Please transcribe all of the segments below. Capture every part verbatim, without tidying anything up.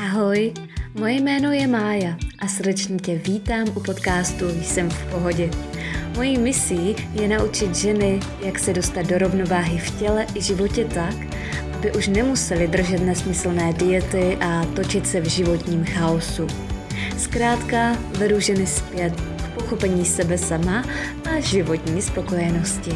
Ahoj, moje jméno je Mája a srdečně tě vítám u podcastu Jsem v pohodě. Mojí misí je naučit ženy, jak se dostat do rovnováhy v těle i životě tak, aby už nemuseli držet nesmyslné diety a točit se v životním chaosu. Zkrátka vedu ženy zpět k pochopení sebe sama a životní spokojenosti.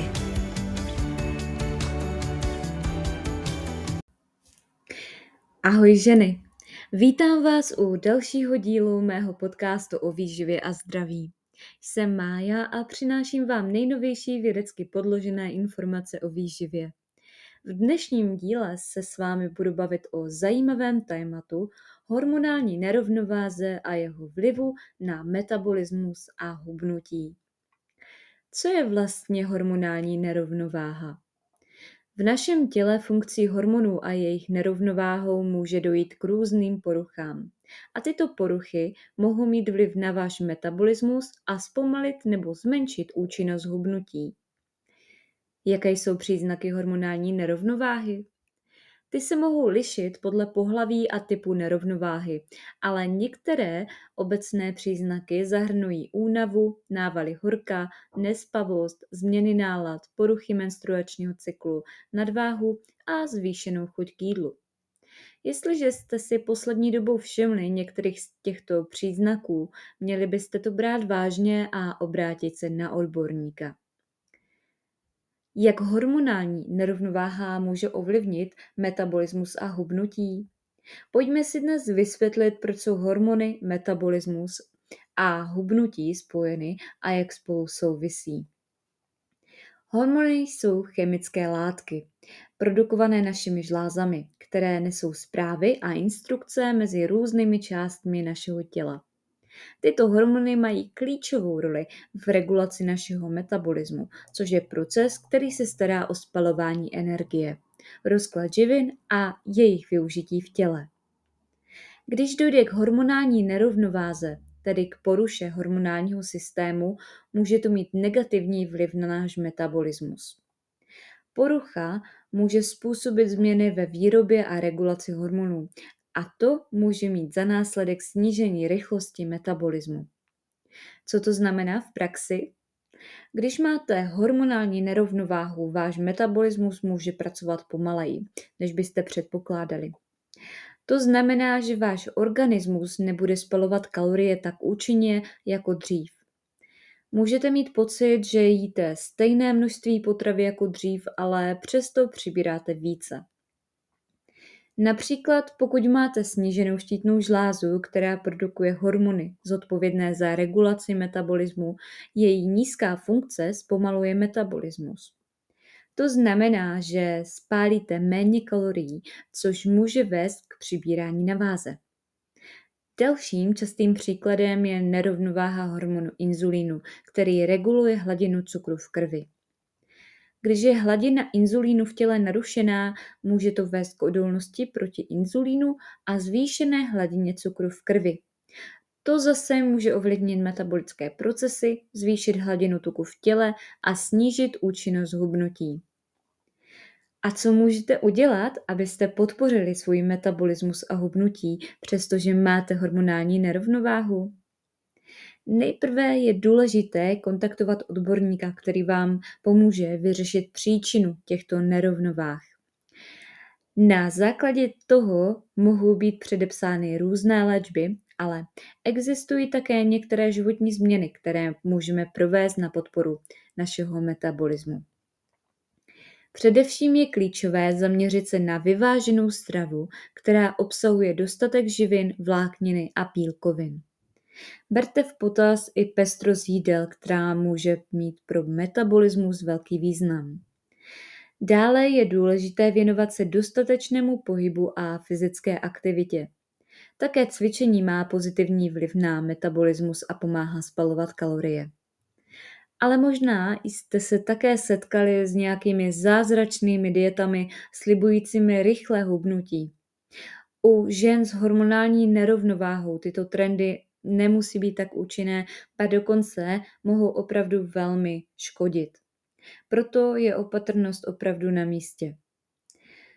Ahoj ženy, vítám vás u dalšího dílu mého podcastu o výživě a zdraví. Jsem Mája a přináším vám nejnovější vědecky podložené informace o výživě. V dnešním díle se s vámi budu bavit o zajímavém tématu hormonální nerovnováze a jeho vlivu na metabolismus a hubnutí. Co je vlastně hormonální nerovnováha? V našem těle funkcí hormonů a jejich nerovnováhou může dojít k různým poruchám. A tyto poruchy mohou mít vliv na váš metabolismus a zpomalit nebo zmenšit účinnost hubnutí. Jaké jsou příznaky hormonální nerovnováhy? Ty se mohou lišit podle pohlaví a typu nerovnováhy, ale některé obecné příznaky zahrnují únavu, návaly horka, nespavost, změny nálad, poruchy menstruačního cyklu, nadváhu a zvýšenou chuť k jídlu. Jestliže jste si poslední dobou všimli některých z těchto příznaků, měli byste to brát vážně a obrátit se na odborníka. Jak hormonální nerovnováha může ovlivnit metabolismus a hubnutí? Pojďme si dnes vysvětlit, proč jsou hormony, metabolismus a hubnutí spojeny a jak spolu souvisí. Hormony jsou chemické látky, produkované našimi žlázami, které nesou zprávy a instrukce mezi různými částmi našeho těla. Tyto hormony mají klíčovou roli v regulaci našeho metabolismu, což je proces, který se stará o spalování energie, rozklad živin a jejich využití v těle. Když dojde k hormonální nerovnováze, tedy k poruše hormonálního systému, může to mít negativní vliv na náš metabolismus. Porucha může způsobit změny ve výrobě a regulaci hormonů, a to může mít za následek snížení rychlosti metabolismu. Co to znamená v praxi? Když máte hormonální nerovnováhu, váš metabolismus může pracovat pomaleji, než byste předpokládali. To znamená, že váš organismus nebude spalovat kalorie tak účinně jako dřív. Můžete mít pocit, že jíte stejné množství potravy jako dřív, ale přesto přibíráte více. Například pokud máte sníženou štítnou žlázu, která produkuje hormony zodpovědné za regulaci metabolismu, její nízká funkce zpomaluje metabolismus. To znamená, že spálíte méně kalorií, což může vést k přibírání na váze. Dalším častým příkladem je nerovnováha hormonu inzulínu, který reguluje hladinu cukru v krvi. Když je hladina inzulínu v těle narušená, může to vést k odolnosti proti inzulínu a zvýšené hladině cukru v krvi. To zase může ovlivnit metabolické procesy, zvýšit hladinu tuku v těle a snížit účinnost hubnutí. A co můžete udělat, abyste podpořili svůj metabolismus a hubnutí, přestože máte hormonální nerovnováhu? Nejprve je důležité kontaktovat odborníka, který vám pomůže vyřešit příčinu těchto nerovnováh. Na základě toho mohou být předepsány různé léčby, ale existují také některé životní změny, které můžeme provést na podporu našeho metabolismu. Především je klíčové zaměřit se na vyváženou stravu, která obsahuje dostatek živin, vlákniny a bílkovin. Berte v potaz i pestrost jídel, která může mít pro metabolismus velký význam. Dále je důležité věnovat se dostatečnému pohybu a fyzické aktivitě. Také cvičení má pozitivní vliv na metabolismus a pomáhá spalovat kalorie. Ale možná jste se také setkali s nějakými zázračnými dietami slibujícími rychlé hubnutí. U žen s hormonální nerovnováhou tyto trendy nemusí být tak účinné, a dokonce mohou opravdu velmi škodit. Proto je opatrnost opravdu na místě. V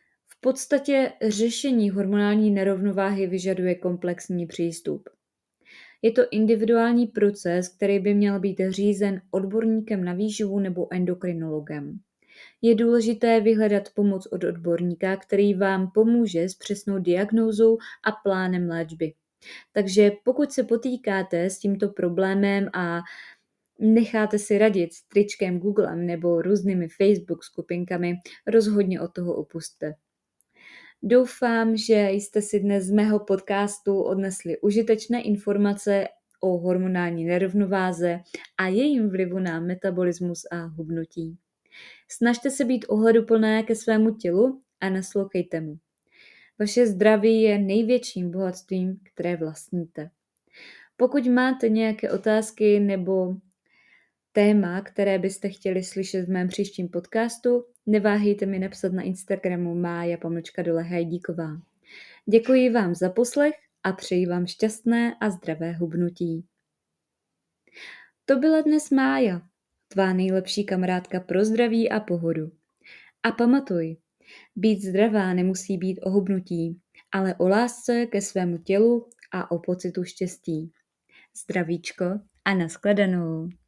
podstatě řešení hormonální nerovnováhy vyžaduje komplexní přístup. Je to individuální proces, který by měl být řízen odborníkem na výživu nebo endokrinologem. Je důležité vyhledat pomoc od odborníka, který vám pomůže s přesnou diagnózou a plánem léčby. Takže pokud se potýkáte s tímto problémem a necháte si radit s tričkem Googlem nebo různými Facebook skupinkami, rozhodně od toho opusťte. Doufám, že jste si dnes z mého podcastu odnesli užitečné informace o hormonální nerovnováze a jejím vlivu na metabolismus a hubnutí. Snažte se být ohleduplné ke svému tělu a naslouchejte mu. Vaše zdraví je největším bohatstvím, které vlastníte. Pokud máte nějaké otázky nebo téma, které byste chtěli slyšet v mém příštím podcastu, neváhejte mi napsat na Instagramu Mája pomlčka dole Hajdíková. Děkuji vám za poslech a přeji vám šťastné a zdravé hubnutí. To byla dnes Mája, tvá nejlepší kamarádka pro zdraví a pohodu. A pamatuj, být zdravá nemusí být o hubnutí, ale o lásce ke svému tělu a o pocitu štěstí. Zdravíčko a nashledanou.